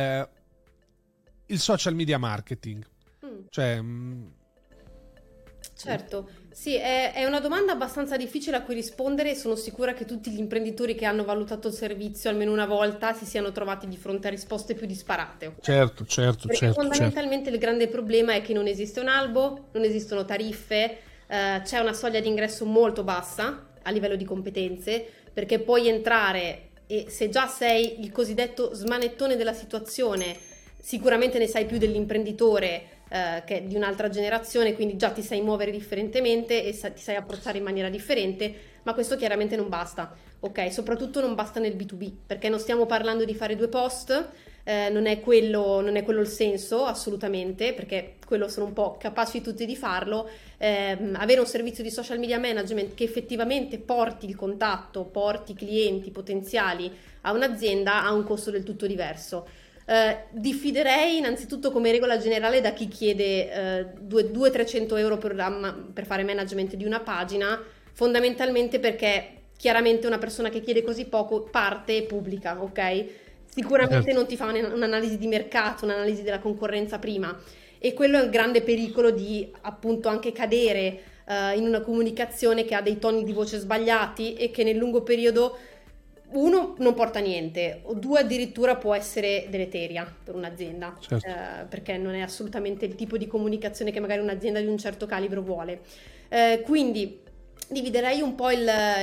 [SPEAKER 1] il social media marketing. Cioè
[SPEAKER 2] Certo, sì, è una domanda abbastanza difficile a cui rispondere e sono sicura che tutti gli imprenditori che hanno valutato il servizio almeno una volta si siano trovati di fronte a risposte più disparate, ok?
[SPEAKER 1] Certo, certo,
[SPEAKER 2] Perché
[SPEAKER 1] certo, certo.
[SPEAKER 2] fondamentalmente il grande problema è che non esiste un albo, non esistono tariffe, c'è una soglia di ingresso molto bassa a livello di competenze, perché puoi entrare e se già sei il cosiddetto smanettone della situazione, sicuramente ne sai più dell'imprenditore che è di un'altra generazione, quindi già ti sai muovere differentemente e ti sai approcciare in maniera differente, ma questo chiaramente non basta, ok? Soprattutto non basta nel B2B, perché non stiamo parlando di fare due post, non è quello il senso, assolutamente, perché quello sono un po' capaci tutti di farlo. Avere un servizio di social media management che effettivamente porti il contatto, porti clienti potenziali a un'azienda ha un costo del tutto diverso. Diffiderei innanzitutto come regola generale da chi chiede 200-300 euro per fare management di una pagina, fondamentalmente perché chiaramente una persona che chiede così poco parte e pubblica, ok? Sicuramente
[SPEAKER 1] Certo.
[SPEAKER 2] non ti fa un'analisi di mercato, un'analisi della concorrenza prima e quello è il grande pericolo di appunto anche cadere in una comunicazione che ha dei toni di voce sbagliati e che nel lungo periodo uno non porta a niente, o due addirittura può essere deleteria per un'azienda,
[SPEAKER 1] Certo.
[SPEAKER 2] perché non è assolutamente il tipo di comunicazione che magari un'azienda di un certo calibro vuole. Quindi dividerei un po'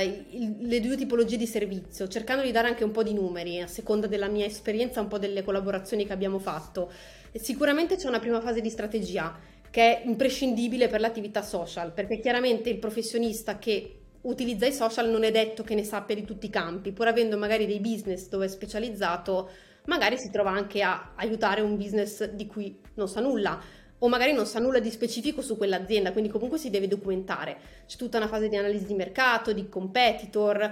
[SPEAKER 2] le due tipologie di servizio, cercando di dare anche un po' di numeri, a seconda della mia esperienza, un po' delle collaborazioni che abbiamo fatto. E sicuramente c'è una prima fase di strategia che è imprescindibile per l'attività social, perché chiaramente il professionista che utilizza i social non è detto che ne sappia di tutti i campi, pur avendo magari dei business dove è specializzato, magari si trova anche a aiutare un business di cui non sa nulla o magari non sa nulla di specifico su quell'azienda, quindi comunque si deve documentare. C'è tutta una fase di analisi di mercato, di competitor,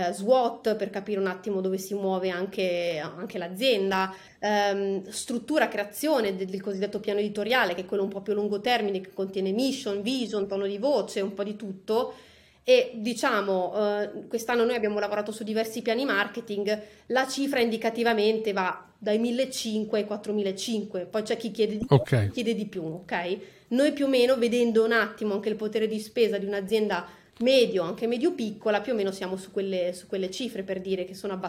[SPEAKER 2] SWOT per capire un attimo dove si muove anche l'azienda, struttura, creazione del cosiddetto piano editoriale, che è quello un po' più a lungo termine, che contiene mission, vision, tono di voce, un po' di tutto. E diciamo, quest'anno noi abbiamo lavorato su diversi piani marketing, la cifra indicativamente va dai 1.500 ai 4.500, poi c'è chi chiede di più,
[SPEAKER 1] Ok.
[SPEAKER 2] chi chiede di più, ok? Noi più o meno, vedendo un attimo anche il potere di spesa di un'azienda medio, anche medio-piccola, più o meno siamo su quelle cifre per dire che sono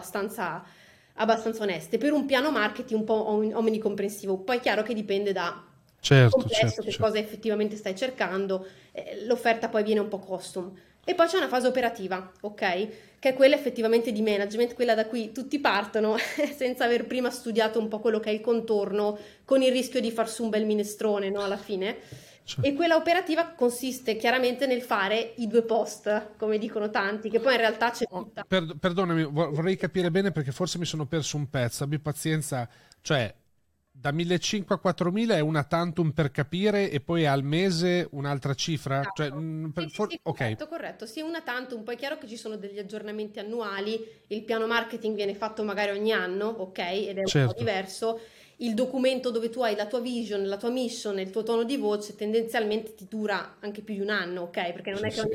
[SPEAKER 2] abbastanza oneste. Per un piano marketing un po' omnicomprensivo, poi è chiaro che dipende da
[SPEAKER 1] Certo,
[SPEAKER 2] complesso,
[SPEAKER 1] certo,
[SPEAKER 2] che
[SPEAKER 1] certo.
[SPEAKER 2] cosa effettivamente stai cercando, l'offerta poi viene un po' custom. E poi c'è una fase operativa, ok? Che è quella effettivamente di management, quella da cui tutti partono senza aver prima studiato un po' quello che è il contorno, con il rischio di far su un bel minestrone, no? Alla fine. E
[SPEAKER 1] Certo.
[SPEAKER 2] quella operativa consiste chiaramente nel fare i due post, come dicono tanti, che poi in realtà c'è tutta.
[SPEAKER 1] Perdonami, vorrei capire bene perché forse mi sono perso un pezzo. Abbi pazienza, cioè da 1.500 a 4.000 è una tantum per capire e poi al mese un'altra cifra? Cioè,
[SPEAKER 2] Esatto. Sì, sì, sì,
[SPEAKER 1] ok,
[SPEAKER 2] corretto, corretto. Sì, una tantum, poi è chiaro che ci sono degli aggiornamenti annuali, il piano marketing viene fatto magari ogni anno, ok? Ed è un po'
[SPEAKER 1] certo,
[SPEAKER 2] diverso. Il documento dove tu hai la tua vision, la tua mission e il tuo tono di voce tendenzialmente ti dura anche più di un anno, ok? Perché non
[SPEAKER 1] sì,
[SPEAKER 2] è che
[SPEAKER 1] sì.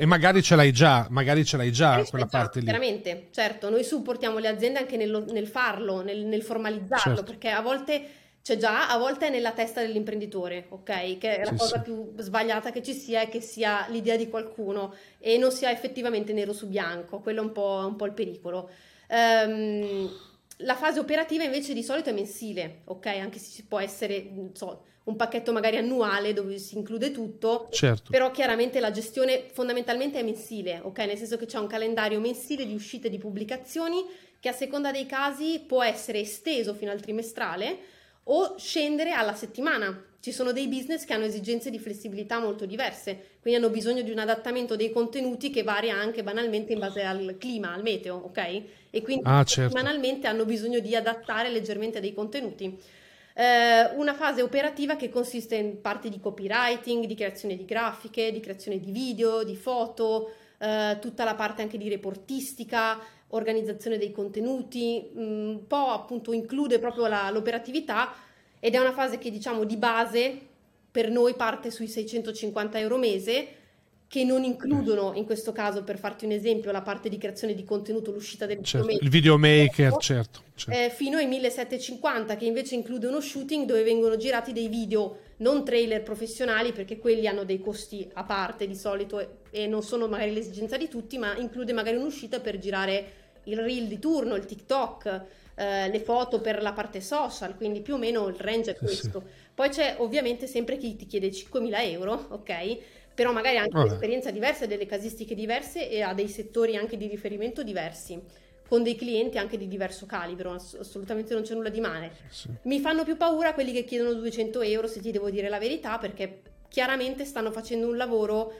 [SPEAKER 2] ogni
[SPEAKER 1] E magari ce l'hai già
[SPEAKER 2] ce l'hai
[SPEAKER 1] quella
[SPEAKER 2] già,
[SPEAKER 1] parte lì.
[SPEAKER 2] chiaramente, certo, noi supportiamo le aziende anche nel farlo, nel formalizzarlo,
[SPEAKER 1] Certo,
[SPEAKER 2] perché a volte c'è già, a volte è nella testa dell'imprenditore, ok? Che è la
[SPEAKER 1] sì,
[SPEAKER 2] cosa
[SPEAKER 1] sì,
[SPEAKER 2] più sbagliata che ci sia è che sia l'idea di qualcuno e non sia effettivamente nero su bianco, quello è un po' il pericolo. Ehm, la fase operativa invece di solito è mensile, ok? Anche se ci può essere, non so, un pacchetto magari annuale dove si include tutto,
[SPEAKER 1] certo,
[SPEAKER 2] però chiaramente la gestione fondamentalmente è mensile, ok? Nel senso che c'è un calendario mensile di uscite e di pubblicazioni che a seconda dei casi può essere esteso fino al trimestrale o scendere alla settimana. Ci sono dei business che hanno esigenze di flessibilità molto diverse, quindi hanno bisogno di un adattamento dei contenuti che varia anche banalmente in base al clima, al meteo, ok? E quindi
[SPEAKER 1] ah, certo,
[SPEAKER 2] settimanalmente hanno bisogno di adattare leggermente dei contenuti. Una fase operativa che consiste in parti di copywriting, di creazione di grafiche, di creazione di video, di foto, tutta la parte anche di reportistica, organizzazione dei contenuti, un po' appunto include proprio l'operatività ed è una fase che diciamo di base per noi parte sui 650 euro mese che non
[SPEAKER 1] ok,
[SPEAKER 2] includono in questo caso, per farti un esempio, la parte di creazione di contenuto, l'uscita del
[SPEAKER 1] certo.
[SPEAKER 2] videomaker,
[SPEAKER 1] Il videomaker, certo, certo,
[SPEAKER 2] fino ai 1.750 che invece include uno shooting dove vengono girati dei video non trailer professionali, perché quelli hanno dei costi a parte di solito e non sono magari l'esigenza di tutti, ma include magari un'uscita per girare il reel di turno, il TikTok, le foto per la parte social, quindi più o meno il range è
[SPEAKER 1] Sì, sì.
[SPEAKER 2] questo. Poi c'è ovviamente sempre chi ti chiede 5.000 euro, ok? Però magari ha anche
[SPEAKER 1] Vabbè,
[SPEAKER 2] un'esperienza diversa, delle casistiche diverse e ha dei settori anche di riferimento diversi, con dei clienti anche di diverso calibro, assolutamente non c'è nulla di male.
[SPEAKER 1] sì.
[SPEAKER 2] Mi fanno più paura quelli che chiedono 200 euro, se ti devo dire la verità, perché chiaramente stanno facendo un lavoro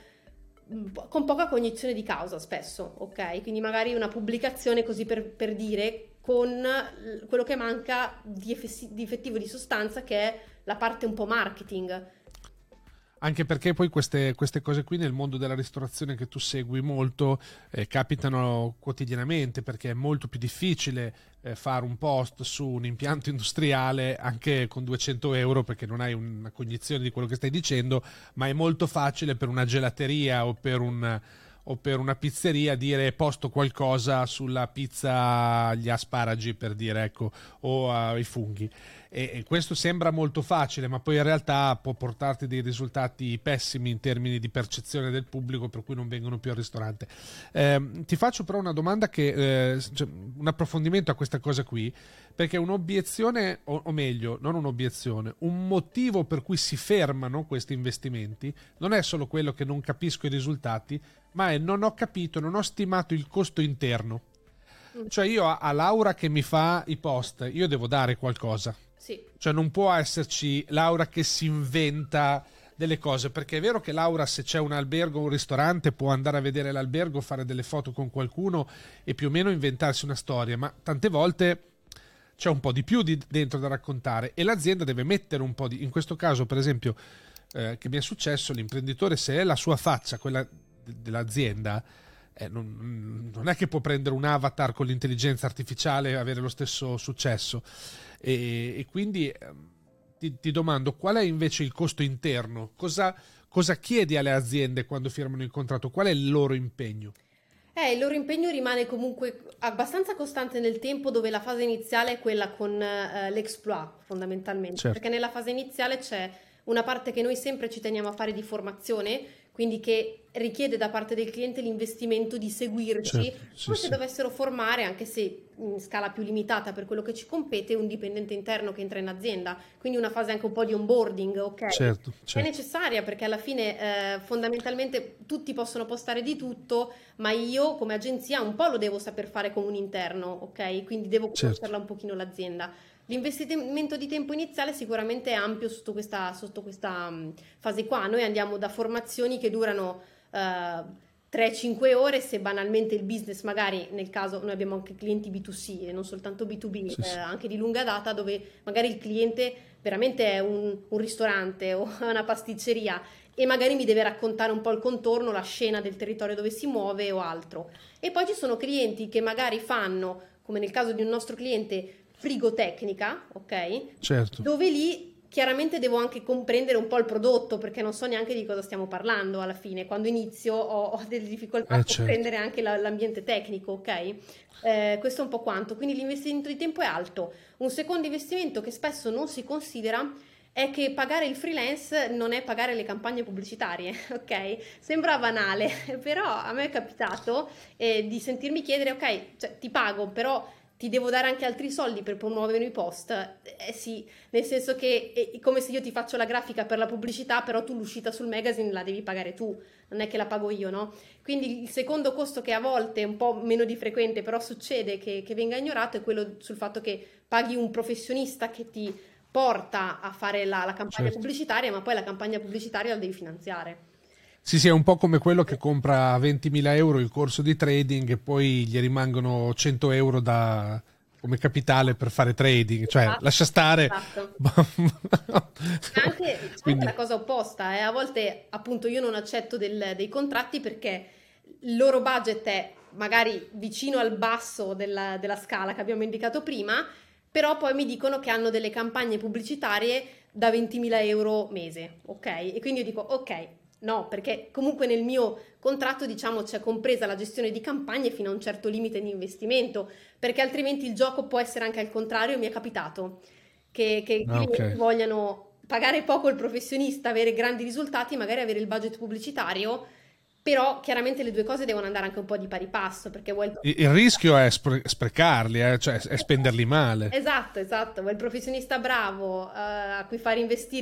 [SPEAKER 2] con poca cognizione di causa spesso, ok? Quindi magari una pubblicazione così per dire, con quello che manca di effettivo di sostanza, che è la parte un po' marketing.
[SPEAKER 1] Anche perché poi queste cose qui nel mondo della ristorazione che tu segui molto capitano quotidianamente, perché è molto più difficile fare un post su un impianto industriale anche con 200 euro, perché non hai una cognizione di quello che stai dicendo, ma è molto facile per una gelateria o per una pizzeria dire posto qualcosa sulla pizza agli asparagi, per dire, ecco, o ai funghi. E questo sembra molto facile, ma poi in realtà può portarti dei risultati pessimi in termini di percezione del pubblico, per cui non vengono più al ristorante. Ti faccio però una domanda cioè, un approfondimento a questa cosa qui, perché un'obiezione, o meglio, non un'obiezione, un motivo per cui si fermano questi investimenti non è solo quello che non capisco i risultati, ma è non ho capito, non ho stimato il costo interno. Cioè io a Laura che mi fa i post, io devo dare qualcosa.
[SPEAKER 2] Sì.
[SPEAKER 1] Cioè non può esserci Laura che si inventa delle cose, perché è vero che Laura, se c'è un albergo o un ristorante, può andare a vedere l'albergo, fare delle foto con qualcuno e più o meno inventarsi una storia, ma tante volte c'è un po' di più dentro da raccontare e l'azienda deve mettere un po' di... In questo caso, per esempio, che mi è successo, l'imprenditore, se è la sua faccia, quella dell'azienda, non è che può prendere un avatar con l'intelligenza artificiale e avere lo stesso successo. E quindi ti domando qual è invece il costo interno? Cosa chiedi alle aziende quando firmano il contratto? Qual è il loro impegno?
[SPEAKER 2] Il loro impegno rimane comunque abbastanza costante nel tempo, dove la fase iniziale è quella con l'exploit, fondamentalmente, perché
[SPEAKER 1] Certo,
[SPEAKER 2] nella fase iniziale c'è una parte che noi sempre ci teniamo a fare di formazione, quindi che richiede da parte del cliente l'investimento di seguirci,
[SPEAKER 1] certo, sì,
[SPEAKER 2] come se
[SPEAKER 1] sì,
[SPEAKER 2] dovessero formare, anche se in scala più limitata per quello che ci compete, un dipendente interno che entra in azienda, quindi una fase anche un po' di onboarding, ok?
[SPEAKER 1] certo,
[SPEAKER 2] È
[SPEAKER 1] certo,
[SPEAKER 2] necessaria perché alla fine fondamentalmente tutti possono postare di tutto, ma io come agenzia un po' lo devo saper fare come un interno, ok? Quindi devo
[SPEAKER 1] certo.
[SPEAKER 2] conoscerla un pochino l'azienda. L'investimento di tempo iniziale sicuramente è ampio sotto questa fase qua. Noi andiamo da formazioni che durano 3-5 ore, se banalmente il business, magari nel caso noi abbiamo anche clienti B2C e non soltanto B2B,
[SPEAKER 1] Sì, sì,
[SPEAKER 2] anche di lunga data, dove magari il cliente veramente è un ristorante o una pasticceria e magari mi deve raccontare un po' il contorno, la scena del territorio dove si muove o altro. E poi ci sono clienti che magari fanno, come nel caso di un nostro cliente, frigotecnica, ok?
[SPEAKER 1] certo,
[SPEAKER 2] Dove lì chiaramente devo anche comprendere un po' il prodotto, perché non so neanche di cosa stiamo parlando alla fine. Quando inizio ho delle difficoltà a
[SPEAKER 1] certo.
[SPEAKER 2] comprendere anche l'ambiente tecnico, ok? Questo è un po' quanto. Quindi l'investimento di tempo è alto. Un secondo investimento che spesso non si considera è che pagare il freelance non è pagare le campagne pubblicitarie, ok? Sembra banale, però a me è capitato di sentirmi chiedere, ok, cioè, ti pago, però ti devo dare anche altri soldi per promuovere i post. Sì, nel senso che è come se io ti faccio la grafica per la pubblicità, però tu l'uscita sul magazine la devi pagare tu, non è che la pago io, no? Quindi il secondo costo, che a volte è un po' meno di frequente, però succede che venga ignorato, è quello sul fatto che paghi un professionista che ti porta a fare la campagna
[SPEAKER 1] Certo.
[SPEAKER 2] pubblicitaria, ma poi la campagna pubblicitaria la devi finanziare.
[SPEAKER 1] Sì, sì, è un po' come quello che compra a 20.000 euro il corso di trading e poi gli rimangono 100 euro come capitale per fare trading, cioè
[SPEAKER 2] Esatto,
[SPEAKER 1] lascia stare.
[SPEAKER 2] esatto. C'è anche
[SPEAKER 1] Quindi,
[SPEAKER 2] la cosa opposta, eh. A volte appunto io non accetto dei contratti perché il loro budget è magari vicino al basso della scala che abbiamo indicato prima, però poi mi dicono che hanno delle campagne pubblicitarie da 20.000 euro mese, ok? E quindi io dico ok, no, perché comunque nel mio contratto, diciamo, c'è compresa la gestione di campagne fino a un certo limite di investimento, perché altrimenti il gioco può essere anche al contrario. Mi è capitato che i
[SPEAKER 1] ok,
[SPEAKER 2] clienti vogliano pagare poco il professionista, avere grandi risultati, magari avere il budget pubblicitario, però chiaramente le due cose devono andare anche un po' di pari passo, perché vuoi
[SPEAKER 1] il rischio è sprecarli, cioè è spenderli male.
[SPEAKER 2] Esatto, vuoi il professionista bravo a cui far investire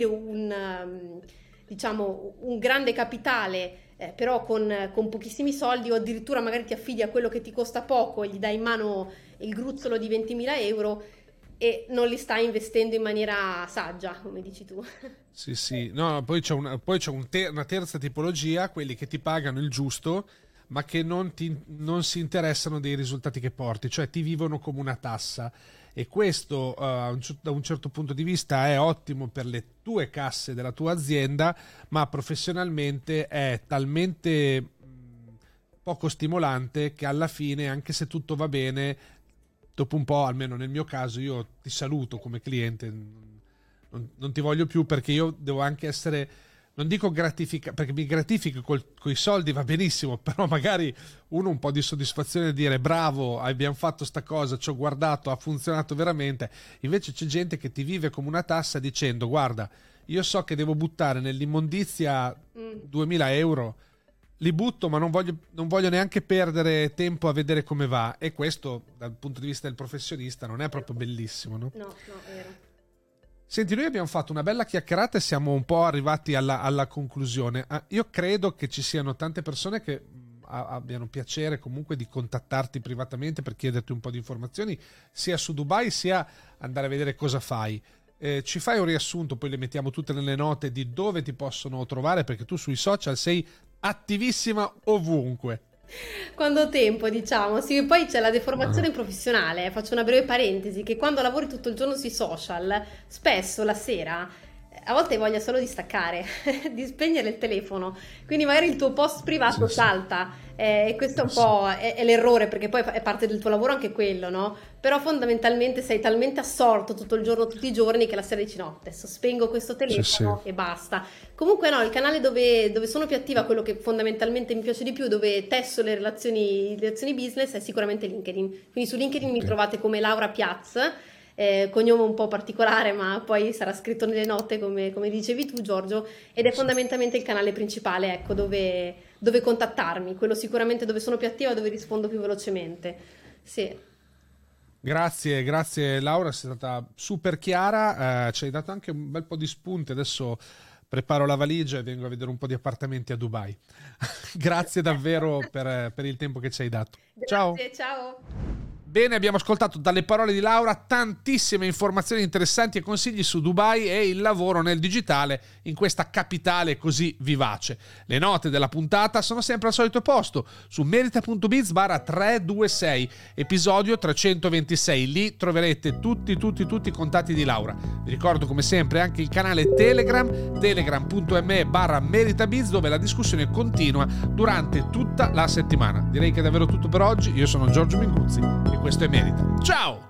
[SPEAKER 2] diciamo, un grande capitale, però con pochissimi soldi, o addirittura magari ti affidi a quello che ti costa poco e gli dai in mano il gruzzolo di 20.000 euro e non li stai investendo in maniera saggia, come dici tu.
[SPEAKER 1] Sì. No, poi c'è una terza tipologia, quelli che ti pagano il giusto, ma che non si interessano dei risultati che porti, cioè ti vivono come una tassa. E questo da un certo punto di vista è ottimo per le tue casse della tua azienda, ma professionalmente è talmente poco stimolante che alla fine, anche se tutto va bene, dopo un po', almeno nel mio caso, io ti saluto come cliente, non ti voglio più, perché io devo anche essere, non dico gratificato, perché mi gratifico coi soldi, va benissimo, però magari uno un po' di soddisfazione, dire bravo, abbiamo fatto sta cosa, ci ho guardato, ha funzionato veramente. Invece c'è gente che ti vive come una tassa dicendo guarda, io so che devo buttare nell'immondizia 2.000 euro, li butto, ma non voglio neanche perdere tempo a vedere come va, e questo dal punto di vista del professionista non è proprio bellissimo, no?
[SPEAKER 2] No, è vero.
[SPEAKER 1] Senti, noi abbiamo fatto una bella chiacchierata e siamo un po' arrivati alla conclusione. Io credo che ci siano tante persone che abbiano piacere comunque di contattarti privatamente per chiederti un po' di informazioni, sia su Dubai sia andare a vedere cosa fai. Ci fai un riassunto, poi le mettiamo tutte nelle note, di dove ti possono trovare, perché tu sui social sei attivissima ovunque.
[SPEAKER 2] Quando ho tempo, diciamo. Sì, poi c'è la deformazione professionale. Faccio una breve parentesi, che quando lavori tutto il giorno sui social, spesso la sera, a volte hai voglia solo di staccare, di spegnere il telefono. Quindi magari il tuo post privato salta. E questo è un po' è l'errore, perché poi è parte del tuo lavoro anche quello, no? Però fondamentalmente sei talmente assorto tutto il giorno, tutti i giorni, che la sera dici no, adesso spengo questo telefono e basta. Comunque no, il canale dove sono più attiva, quello che fondamentalmente mi piace di più, dove testo le relazioni business, è sicuramente LinkedIn. Quindi su LinkedIn mi trovate come Laura Piaz, cognome un po' particolare, ma poi sarà scritto nelle note come dicevi tu, Giorgio, ed è fondamentalmente il canale principale, ecco, dove contattarmi, quello sicuramente dove sono più attiva, dove rispondo più velocemente. Sì.
[SPEAKER 1] Grazie Laura, sei stata super chiara, ci hai dato anche un bel po' di spunti. Adesso preparo la valigia e vengo a vedere un po' di appartamenti a Dubai. Grazie davvero per il tempo che ci hai dato.
[SPEAKER 2] Grazie, ciao.
[SPEAKER 1] Bene, abbiamo ascoltato dalle parole di Laura tantissime informazioni interessanti e consigli su Dubai e il lavoro nel digitale in questa capitale così vivace. Le note della puntata sono sempre al solito posto, su merita.biz/326, episodio 326. Lì troverete tutti i contatti di Laura. Vi ricordo come sempre anche il canale Telegram, telegram.me/meritabiz, dove la discussione continua durante tutta la settimana. Direi che è davvero tutto per oggi. Io sono Giorgio Minguzzi e questo è Merita. Ciao!